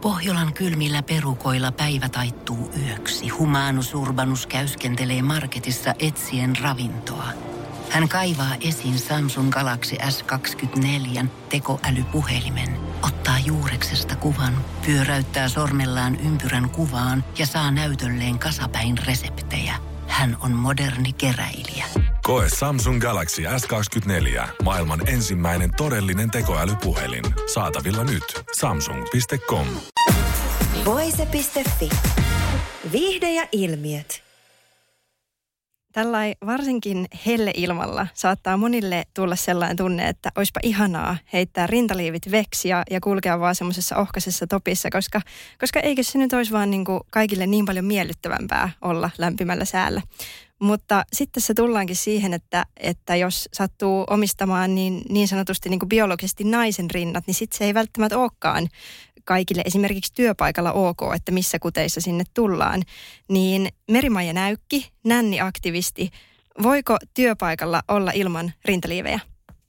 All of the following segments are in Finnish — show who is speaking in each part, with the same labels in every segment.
Speaker 1: Pohjolan kylmillä perukoilla päivä taittuu yöksi. Humanus Urbanus käyskentelee marketissa etsien ravintoa. Hän kaivaa esiin Samsung Galaxy S24 tekoälypuhelimen, ottaa juureksesta kuvan, pyöräyttää sormellaan ympyrän kuvaan ja saa näytölleen kasapäin reseptejä. Hän on moderni keräilijä.
Speaker 2: Koe Samsung Galaxy S24. Maailman ensimmäinen todellinen tekoälypuhelin. Saatavilla nyt. Samsung.com.
Speaker 3: Voise.fi. Viihde ja ilmiöt.
Speaker 4: Tällainen varsinkin helleilmalla saattaa monille tulla sellainen tunne, että olisipa ihanaa heittää rintaliivit veksi ja kulkea vaan semmoisessa ohkaisessa topissa, koska eikö se nyt olisi vaan niin kuin kaikille niin paljon miellyttävämpää olla lämpimällä säällä. Mutta sitten se tullaankin siihen, että jos sattuu omistamaan niin sanotusti niin kuin biologisesti naisen rinnat, niin sitten se ei välttämättä olekaan kaikille esimerkiksi työpaikalla ok, että missä kuteissa sinne tullaan. Niin Meri-Maija Näykki, nänniaktivisti, voiko työpaikalla olla ilman rintaliivejä?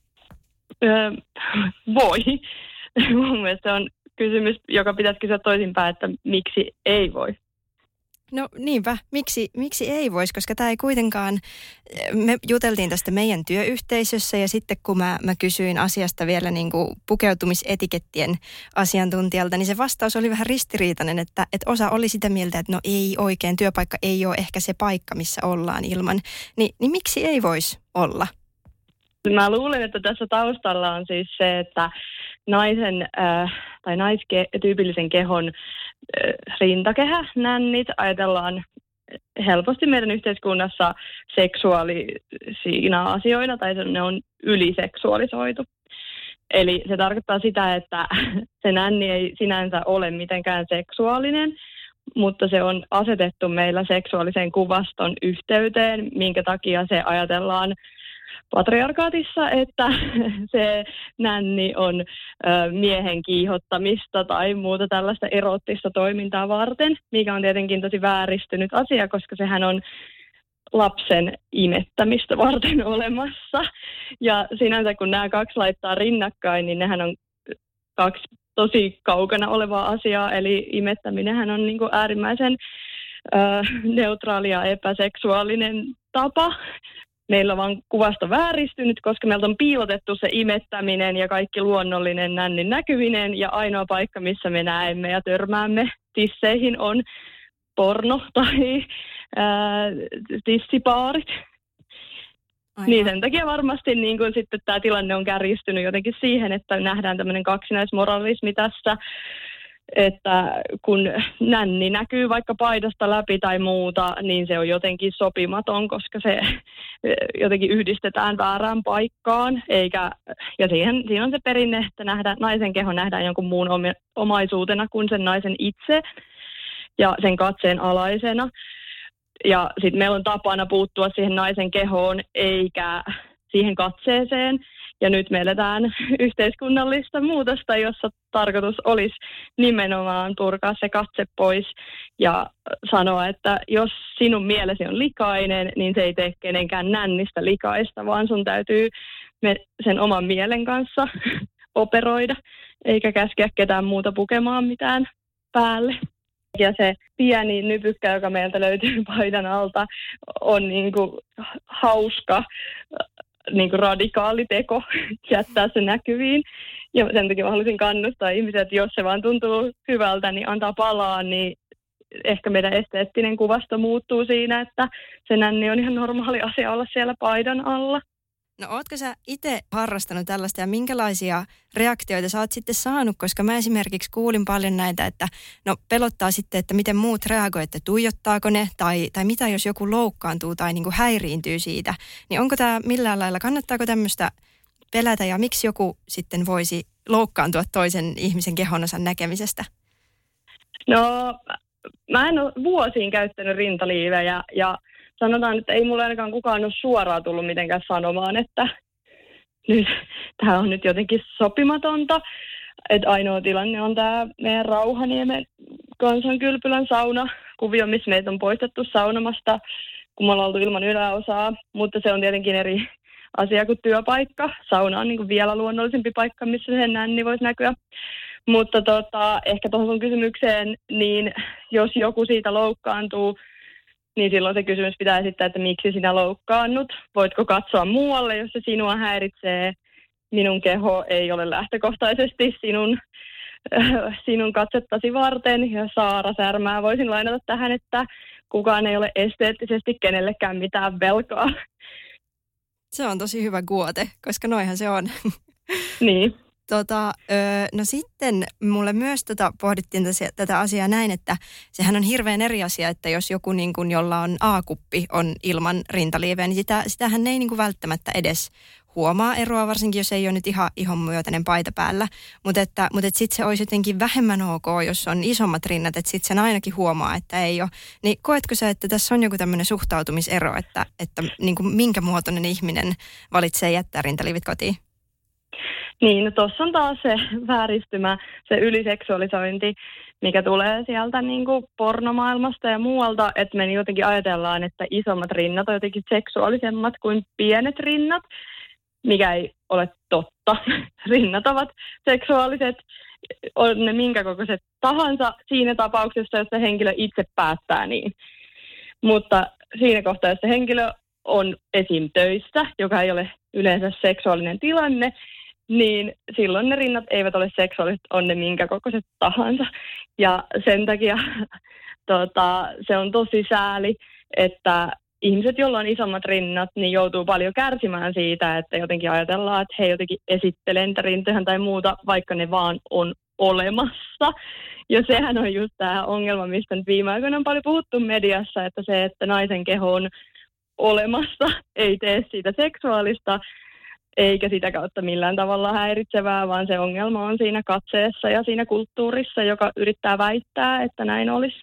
Speaker 5: Voi. Mun mielestä se on kysymys, joka pitäisi kysyä toisinpäin, että miksi ei voi.
Speaker 4: No niinpä, miksi ei voisi, koska tämä ei kuitenkaan, me juteltiin tästä meidän työyhteisössä ja sitten kun mä kysyin asiasta vielä niin kuin pukeutumisetikettien asiantuntijalta, niin se vastaus oli vähän ristiriitainen, että osa oli sitä mieltä, että no ei oikein, työpaikka ei ole ehkä se paikka, missä ollaan ilman, niin miksi ei voisi olla?
Speaker 5: Mä luulen, että tässä taustalla on siis se, että naisen tai naistyypillisen kehon rintakehä, nännit, ajatellaan helposti meidän yhteiskunnassa seksuaalisina asioina, tai ne on yliseksuaalisoitu. Eli se tarkoittaa sitä, että se nänni ei sinänsä ole mitenkään seksuaalinen, mutta se on asetettu meillä seksuaalisen kuvaston yhteyteen, minkä takia se ajatellaan patriarkaatissa, että se nänni on miehen kiihottamista tai muuta tällaista eroottista toimintaa varten, mikä on tietenkin tosi vääristynyt asia, koska sehän on lapsen imettämistä varten olemassa. Ja sinänsä kun nämä kaksi laittaa rinnakkain, niin nehän on kaksi tosi kaukana olevaa asiaa, eli imettäminenhän on niin kuin äärimmäisen neutraali ja epäseksuaalinen tapa. Meillä on vaan kuvasto vääristynyt, koska meiltä on piilotettu se imettäminen ja kaikki luonnollinen nännin näkyminen. Ja ainoa paikka, missä me näemme ja törmäämme tisseihin on porno tai tissipaarit. Aivan. Niin sen takia varmasti niin kun sitten tämä tilanne on kärjistynyt jotenkin siihen, että nähdään tämmöinen kaksinaismoralismi tässä. Että kun nänni näkyy vaikka paidasta läpi tai muuta, niin se on jotenkin sopimaton, koska se jotenkin yhdistetään väärään paikkaan. Ja siinä on se perinne, että naisen keho nähdään jonkun muun omaisuutena kuin sen naisen itse ja sen katseen alaisena. Ja sitten meillä on tapana puuttua siihen naisen kehoon eikä siihen katseeseen. Ja nyt me eletään yhteiskunnallista muutosta, jossa tarkoitus olisi nimenomaan purkaa se katse pois ja sanoa, että jos sinun mielesi on likainen, niin se ei tee kenenkään nännistä likaista, vaan sun täytyy sen oman mielen kanssa operoida, eikä käskeä ketään muuta pukemaan mitään päälle. Ja se pieni nypykkä, joka meiltä löytyy paidan alta, on niin kuin hauska, niin kuin radikaali teko jättää se näkyviin. Ja sen takia haluaisin kannustaa ihmisiä, että jos se vaan tuntuu hyvältä, niin antaa palaa, niin ehkä meidän esteettinen kuvasto muuttuu siinä, että se nänni on ihan normaali asia olla siellä paidan alla.
Speaker 4: No ootko sä itse harrastanut tällaista ja minkälaisia reaktioita sä oot sitten saanut? Koska mä esimerkiksi kuulin paljon näitä, että no pelottaa sitten, että miten muut reagoi, että tuijottaako ne tai mitä jos joku loukkaantuu tai niin kuin häiriintyy siitä. Niin onko tämä millään lailla, kannattaako tämmöistä pelätä ja miksi joku sitten voisi loukkaantua toisen ihmisen kehonosan näkemisestä?
Speaker 5: No mä en ole vuosiin käyttänyt rintaliivejä ja sanotaan, että ei mulle ainakaan kukaan ole suoraan tullut mitenkään sanomaan, että nyt, tämä on nyt jotenkin sopimatonta. Että ainoa tilanne on tämä meidän Rauhaniemen Kansankylpylän saunakuvio, missä meitä on poistettu saunomasta, kun me ollaan oltu ilman yläosaa. Mutta se on tietenkin eri asia kuin työpaikka. Sauna on niin kuin vielä luonnollisempi paikka, missä se nänni voisi näkyä. Mutta ehkä tuohon sun kysymykseen, niin jos joku siitä loukkaantuu, niin silloin se kysymys pitää esittää, että miksi sinä loukkaannut. Voitko katsoa muualle, jos se sinua häiritsee? Minun keho ei ole lähtökohtaisesti sinun katsettasi varten. Ja Saara Särmää voisin lainata tähän, että kukaan ei ole esteettisesti kenellekään mitään velkaa.
Speaker 4: Se on tosi hyvä guote, koska noihan se on.
Speaker 5: Niin.
Speaker 4: No sitten mulle myös pohdittiin tätä asiaa näin, että sehän on hirveän eri asia, että jos joku niin kuin, jolla on A-kuppi on ilman rintaliiveä, niin sitähän ei niin kuin välttämättä edes huomaa eroa, varsinkin jos ei ole nyt ihan ihon myötäinen paita päällä. Mutta sitten se olisi jotenkin vähemmän ok, jos on isommat rinnat, että sitten sen ainakin huomaa, että ei ole. Niin koetko sä, että tässä on joku tämmöinen suhtautumisero, että niin kuin minkä muotoinen ihminen valitsee jättää rintaliivit kotiin?
Speaker 5: Niin, no tuossa on taas se vääristymä, se yliseksualisointi, mikä tulee sieltä niin kuin pornomaailmasta ja muualta, että me jotenkin ajatellaan, että isommat rinnat on jotenkin seksuaalisemmat kuin pienet rinnat, mikä ei ole totta. Rinnat ovat seksuaaliset, on ne minkä kokoiset tahansa siinä tapauksessa, jos se henkilö itse päättää niin. Mutta siinä kohtaa, jos se henkilö on esim. Töissä, joka ei ole yleensä seksuaalinen tilanne, niin silloin ne rinnat eivät ole seksuaaliset, on ne minkä kokoiset tahansa. Ja sen takia se on tosi sääli, että ihmiset, joilla on isommat rinnat, niin joutuu paljon kärsimään siitä, että jotenkin ajatellaan, että he jotenkin esittelee niitä rintoja tai muuta, vaikka ne vaan on olemassa. Ja sehän on just tämä ongelma, mistä nyt viime aikoina on paljon puhuttu mediassa, että se, että naisen keho on olemassa, ei tee siitä seksuaalista, eikä sitä kautta millään tavalla häiritsevää, vaan se ongelma on siinä katseessa ja siinä kulttuurissa, joka yrittää väittää, että näin olisi.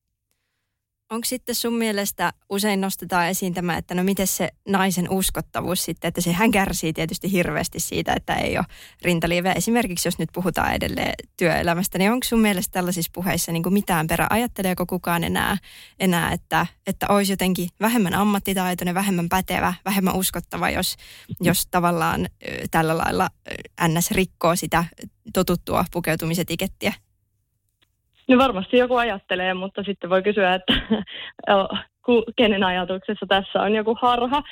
Speaker 4: Onko sitten sun mielestä, usein nostetaan esiin tämä, että no miten se naisen uskottavuus sitten, että sehän kärsii tietysti hirveästi siitä, että ei ole rintaliiveä. Esimerkiksi jos nyt puhutaan edelleen työelämästä, niin onko sun mielestä tällaisissa puheissa niin kuin mitään perä? Ajatteleeko kukaan enää että olisi jotenkin vähemmän ammattitaitoinen, vähemmän pätevä, vähemmän uskottava, jos tavallaan tällä lailla NS rikkoo sitä totuttua pukeutumisetikettiä?
Speaker 5: No varmasti joku ajattelee, mutta sitten voi kysyä, että kenen ajatuksessa tässä on joku harha.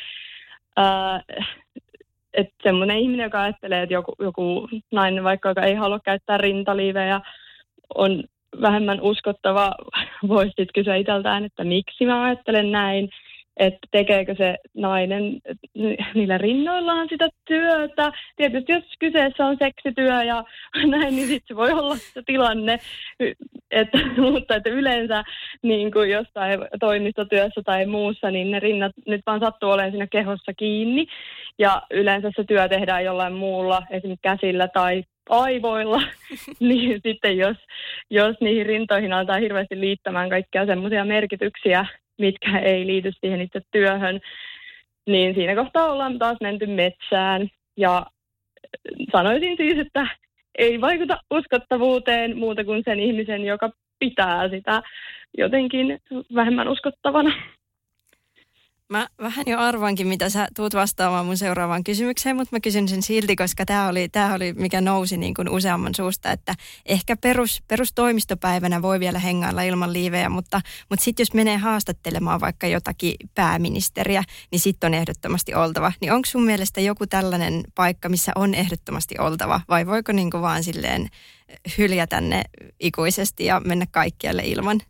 Speaker 5: Että semmoinen ihminen, joka ajattelee, että joku nainen vaikka, joka ei halua käyttää rintaliivejä, on vähemmän uskottava, voisi sitten kysyä itseltään, että miksi mä ajattelen näin. Että tekeekö se nainen niillä rinnoillaan sitä työtä. Tietysti jos kyseessä on seksityö ja näin, niin sitten se voi olla se tilanne. Mutta että yleensä niin kuin jostain toimistotyössä tai muussa, niin ne rinnat nyt vaan sattuu olemaan siinä kehossa kiinni. Ja yleensä se työ tehdään jollain muulla, esimerkiksi käsillä tai aivoilla. Niin sitten jos niihin rintoihin aletaan hirveästi liittämään kaikkia semmoisia merkityksiä, mitkä ei liity siihen itse työhön, niin siinä kohtaa ollaan taas menty metsään. Ja sanoisin siis, että ei vaikuta uskottavuuteen muuta kuin sen ihmisen, joka pitää sitä jotenkin vähemmän uskottavana.
Speaker 4: Mä vähän jo arvaankin, mitä sä tuut vastaamaan mun seuraavaan kysymykseen, mutta mä kysyn sen silti, koska tää oli mikä nousi niin kuin useamman suusta, että ehkä perustoimistopäivänä voi vielä hengailla ilman liivejä, mutta sitten jos menee haastattelemaan vaikka jotakin pääministeriä, niin sitten on ehdottomasti oltava. Niin onko sun mielestä joku tällainen paikka, missä on ehdottomasti oltava, vai voiko niin kuin vaan silleen hyljätä ne ikuisesti ja mennä kaikkialle ilman?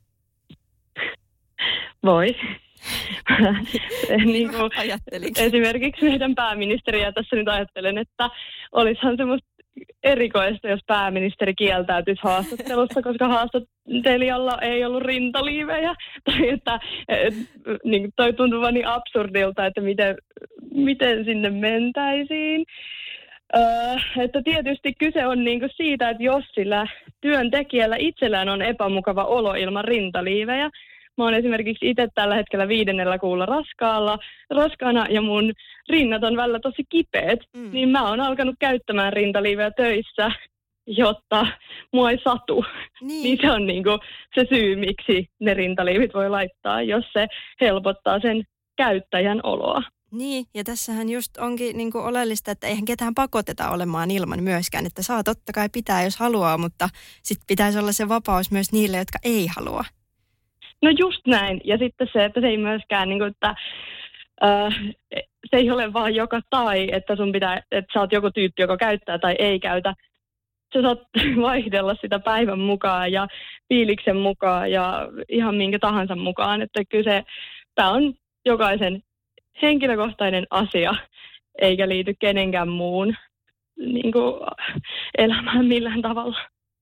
Speaker 5: Voi. Niin kuin esimerkiksi meidän pääministeriä tässä nyt ajattelen, että olisihan semmoista erikoista, jos pääministeri kieltäytyisi haastattelussa, koska haastattelijalla ei ollut rintaliivejä. Tai että niin toi tuntuu vaan niin absurdilta, että miten sinne mentäisiin. Että tietysti kyse on niinku siitä, että jos sillä työntekijällä itsellään on epämukava olo ilman rintaliivejä. Mä oon esimerkiksi itse tällä hetkellä 5. kuulla raskaana ja mun rinnat on välillä tosi kipeät, niin mä oon alkanut käyttämään rintaliivejä töissä, jotta mua ei satu. Niin se on niinku se syy, miksi ne rintaliivit voi laittaa, jos se helpottaa sen käyttäjän oloa.
Speaker 4: Niin, ja tässähän just onkin niin kuin oleellista, että eihän ketään pakoteta olemaan ilman myöskään, että saa totta kai pitää, jos haluaa, mutta sitten pitäisi olla se vapaus myös niille, jotka ei halua.
Speaker 5: No just näin, ja sitten se, että se ei myöskään, niin kuin, että se ei ole vaan joka tai, että että sä oot joku tyyppi, joka käyttää tai ei käytä. Sä saat vaihdella sitä päivän mukaan ja fiiliksen mukaan ja ihan minkä tahansa mukaan, että kyllä tämä on jokaisen henkilökohtainen asia, eikä liity kenenkään muun niin kuin, elämään millään tavalla.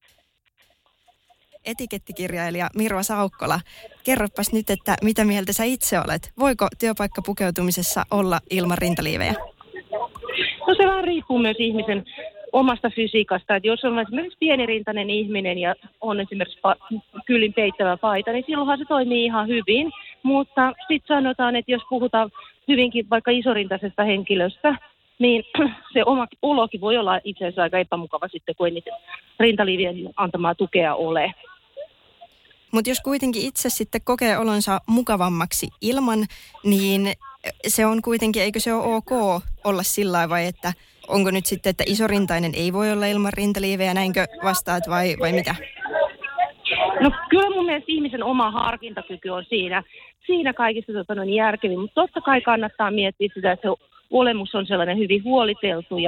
Speaker 4: Etikettikirjailija Mirva Saukkola, kerropas nyt, että mitä mieltä sä itse olet? Voiko työpaikkapukeutumisessa olla ilman rintaliivejä?
Speaker 6: No se vaan riippuu myös ihmisen omasta fysiikasta. Että jos on esimerkiksi pienirintainen ihminen ja on esimerkiksi kyllin peittävä paita, niin silloinhan se toimii ihan hyvin. Mutta sitten sanotaan, että jos puhutaan hyvinkin vaikka isorintaisesta henkilöstä, niin se oma olokin voi olla itse asiassa aika epämukava sitten, kun ei niitä rintaliivien antamaa tukea ole.
Speaker 4: Mutta jos kuitenkin itse sitten kokee olonsa mukavammaksi ilman, niin se on kuitenkin, eikö se ole ok olla sillä vai että onko nyt sitten, että isorintainen ei voi olla ilman rintaliivejä, näinkö vastaat vai mitä?
Speaker 6: No kyllä mun mielestä ihmisen oma harkintakyky on siinä kaikista järkevin, mutta totta kai kannattaa miettiä sitä, että se olemus on sellainen hyvin huoliteltu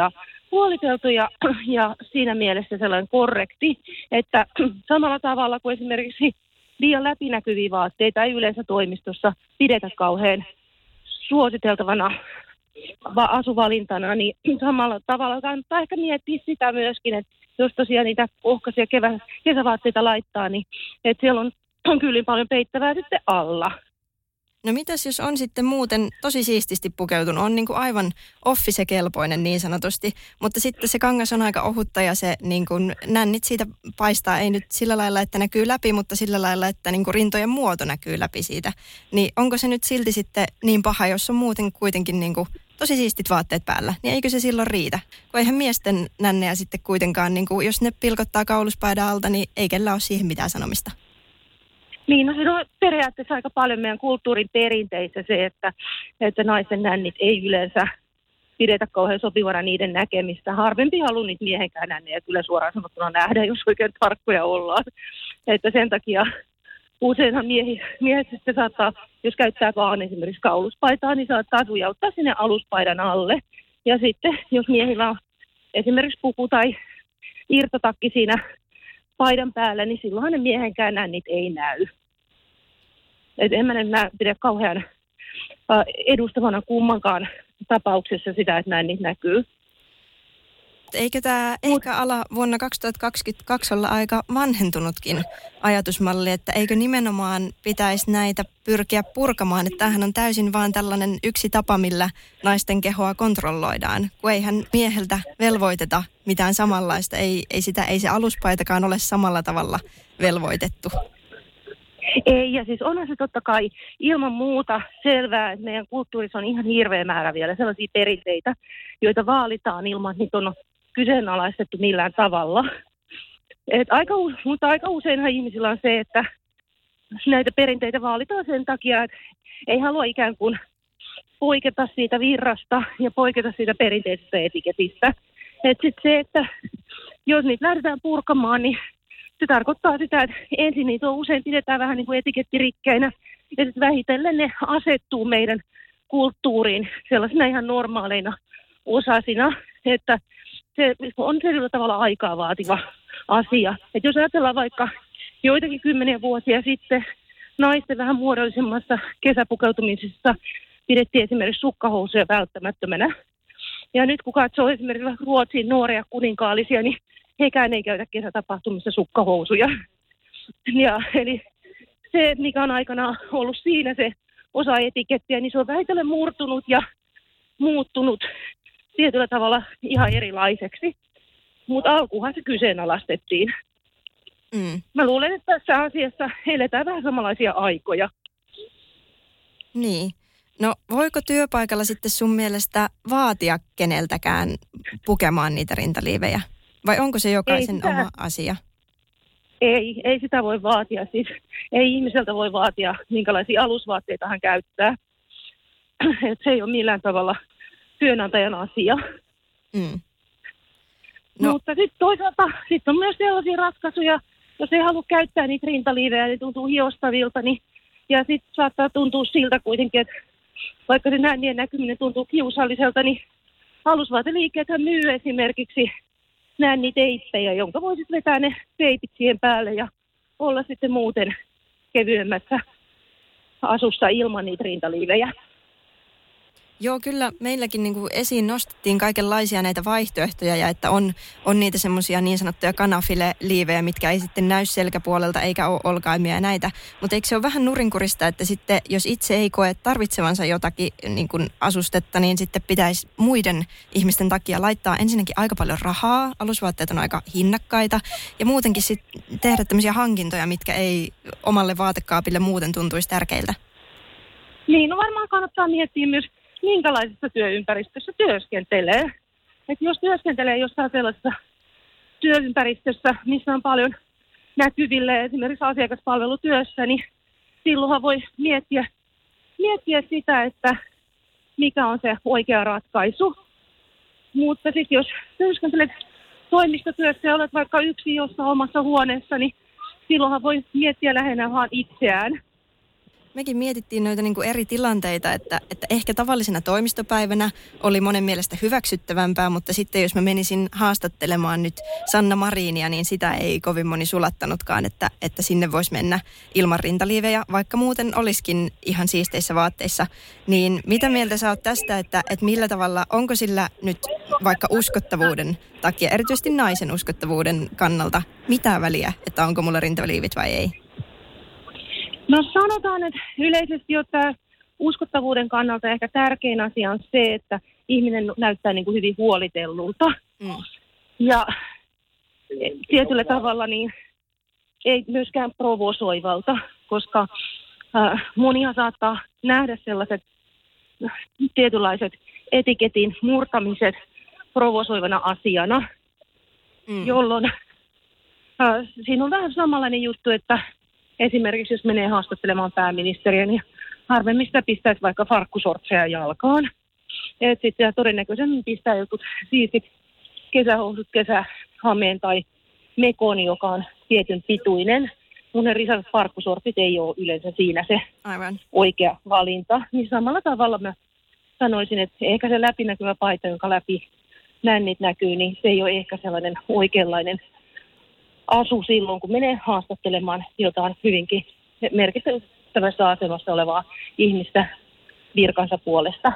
Speaker 6: ja siinä mielessä sellainen korrekti, että samalla tavalla kuin esimerkiksi liian läpinäkyviä vaatteita ei yleensä toimistossa pidetä kauhean suositeltavana asuvalintana, niin samalla tavalla kannattaa ehkä miettiä sitä myöskin, että jos tosiaan niitä ohkaisia kesävaatteita laittaa, niin että siellä on kyllä paljon peittävää sitten alla.
Speaker 4: No mitäs jos on sitten muuten tosi siististi pukeutunut, on niin kuin aivan office-kelpoinen niin sanotusti, mutta sitten se kangas on aika ohutta ja se niin kuin nännit siitä paistaa, ei nyt sillä lailla, että näkyy läpi, mutta sillä lailla, että niin kuin rintojen muoto näkyy läpi siitä. Niin onko se nyt silti sitten niin paha, jos on muuten kuitenkin niin kuin tosi siistit vaatteet päällä, niin eikö se silloin riitä? Kun eihän miesten nännejä sitten kuitenkaan, niin kuin jos ne pilkottaa kauluspaidan alta, niin ei kellä ole siihen mitään sanomista.
Speaker 6: Niin, no se on periaatteessa aika paljon meidän kulttuurin perinteissä se, että naisen nännit ei yleensä pidetä kauhean sopivana niiden näkemistä. Harvempi haluaa niitä miehenkään nännejä kyllä suoraan sanottuna nähdä, jos oikein tarkkoja ollaan. Että sen takia useinhan miehet sitten saattaa, jos käyttää vaan esimerkiksi kauluspaitaa, niin saattaa sujauttaa sinne aluspaidan alle. Ja sitten jos miehillä on esimerkiksi puku tai irtotakki siinä paidan päällä, niin silloinhan ne miehenkään nännit ei näy. Et en mä pidä kauhean edustavana kummankaan tapauksessa sitä, että nännit näkyy.
Speaker 4: Eikö tämä ehkä ala vuonna 2022 olla aika vanhentunutkin ajatusmalli, että eikö nimenomaan pitäisi näitä pyrkiä purkamaan, että tämähän on täysin vaan tällainen yksi tapa, millä naisten kehoa kontrolloidaan, kun eihän mieheltä velvoiteta mitään samanlaista, ei se aluspaitakaan ole samalla tavalla velvoitettu.
Speaker 6: Ei, ja siis onhan se totta kai ilman muuta selvää, että meidän kulttuurissa on ihan hirveä määrä vielä sellaisia perinteitä, joita vaalitaan ilman, että niitä on kyseenalaistettu millään tavalla. Mutta aika useinhan ihmisillä on se, että näitä perinteitä vaalitaan sen takia, että ei halua ikään kuin poiketa siitä virrasta ja poiketa siitä perinteisestä etiketistä. Että sitten se, että jos niitä lähdetään purkamaan, niin se tarkoittaa sitä, että ensin niitä usein pidetään vähän niin kuin etikettirikkeinä ja sitten vähitellen ne asettuu meidän kulttuuriin sellaisina ihan normaaleina osasina, että se on sillä tavalla aikaa vaativa asia. Että jos ajatellaan vaikka joitakin 10 vuosia sitten naisten vähän muodollisemmassa kesäpukeutumisessa pidettiin esimerkiksi sukkahousuja välttämättömänä. Ja nyt kun katsoo esimerkiksi Ruotsin nuoria kuninkaallisia, niin hekään ei käytä kesätapahtumissa sukkahousuja. Eli se, mikä on aikanaan ollut siinä se osa etikettiä, niin se on vähitellen murtunut ja muuttunut tietyllä tavalla ihan erilaiseksi. Mutta alkuunhan se kyseenalaistettiin. Mä luulen, että tässä asiassa eletään vähän samanlaisia aikoja.
Speaker 4: Niin. No voiko työpaikalla sitten sun mielestä vaatia keneltäkään pukemaan niitä rintaliivejä? Vai onko se jokaisen oma asia?
Speaker 6: Ei sitä voi vaatia. Siis ei ihmiseltä voi vaatia, minkälaisia alusvaatteita hän käyttää. että se ei ole millään tavalla työnantajan asia. No. Mutta sitten toisaalta on myös sellaisia ratkaisuja, jos ei halua käyttää niitä rintaliivejä, niin tuntuu hiostavilta, niin, ja sitten saattaa tuntua siltä kuitenkin, että vaikka se nännien näkyminen tuntuu kiusalliselta, niin alusvaateliikkeethän myy esimerkiksi nänniteippejä, jonka voisit vetää ne teipit siihen päälle ja olla sitten muuten kevyemmässä asussa ilman niitä rintaliivejä.
Speaker 4: Joo, kyllä meilläkin niin kuin esiin nostettiin kaikenlaisia näitä vaihtoehtoja ja että on niitä semmoisia niin sanottuja kanafile-liivejä, mitkä ei sitten näy selkäpuolelta eikä ole olkaimia ja näitä. Mutta eikö se ole vähän nurinkurista, että sitten jos itse ei koe tarvitsevansa jotakin niin kuin asustetta, niin sitten pitäisi muiden ihmisten takia laittaa ensinnäkin aika paljon rahaa. Alusvaatteet on aika hinnakkaita ja muutenkin sitten tehdä tämmöisiä hankintoja, mitkä ei omalle vaatekaapille muuten tuntuisi tärkeiltä.
Speaker 6: Niin, no varmaan kannattaa miettiä myös, minkälaisessa työympäristössä työskentelee. Et jos työskentelee jossain sellaisessa työympäristössä, missä on paljon näkyville esimerkiksi asiakaspalvelutyössä, niin silloinhan voi miettiä sitä, että mikä on se oikea ratkaisu. Mutta sitten jos työskentelet toimistotyössä ja olet vaikka yksin jossain omassa huoneessa, niin silloinhan voi miettiä lähinnä vaan itseään.
Speaker 4: Mekin mietittiin noita niin kuin eri tilanteita, että ehkä tavallisena toimistopäivänä oli monen mielestä hyväksyttävämpää, mutta sitten jos mä menisin haastattelemaan nyt Sanna Marinia, niin sitä ei kovin moni sulattanutkaan, että sinne voisi mennä ilman rintaliivejä, vaikka muuten olisikin ihan siisteissä vaatteissa. Niin mitä mieltä sä oot tästä, että millä tavalla, onko sillä nyt vaikka uskottavuuden takia, erityisesti naisen uskottavuuden kannalta, mitä väliä, että onko mulla rintaliivit vai ei?
Speaker 6: No sanotaan, että yleisesti ottaen uskottavuuden kannalta ehkä tärkein asia on se, että ihminen näyttää niin kuin hyvin huolitellulta. Ja tietyllä tavalla niin ei myöskään provosoivalta, koska monihan saattaa nähdä sellaiset tietynlaiset etiketin murtamiset provosoivana asiana, jolloin siinä on vähän samanlainen juttu, että esimerkiksi jos menee haastattelemaan pääministeriä, niin harvemmin sitä pistäisi vaikka farkkusortseja jalkaan. Sitten todennäköisesti pistää jotkut siistit kesähousut, kesähameen tai mekoni, joka on tietyn pituinen. Mun ne risat farkkusortit ei ole yleensä siinä se oikea valinta. Niin samalla tavalla mä sanoisin, että ehkä se läpinäkyvä paita, jonka läpi nännit näkyy, niin se ei ole ehkä sellainen oikeanlainen asu silloin, kun menee haastattelemaan jotain hyvinkin merkittävässä asemassa olevaa ihmistä virkansa puolesta.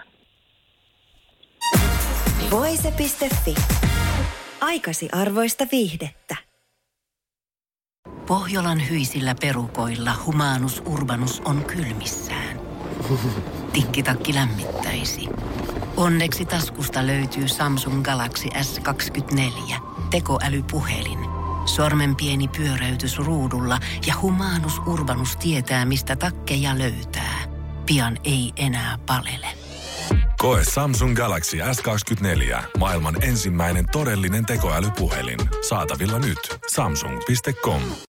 Speaker 3: Voise.fi. Aikasi arvoista viihdettä.
Speaker 1: Pohjolan hyisillä perukoilla Humanus Urbanus on kylmissään. Tikkitakki lämmittäisi. Onneksi taskusta löytyy Samsung Galaxy S24. Tekoälypuhelin. Sormen pieni pyöräytys ruudulla ja Humanus Urbanus tietää, mistä takkeja löytää. Pian ei enää palele.
Speaker 2: Koe Samsung Galaxy S24. Maailman ensimmäinen todellinen tekoälypuhelin. Saatavilla nyt. Samsung.com.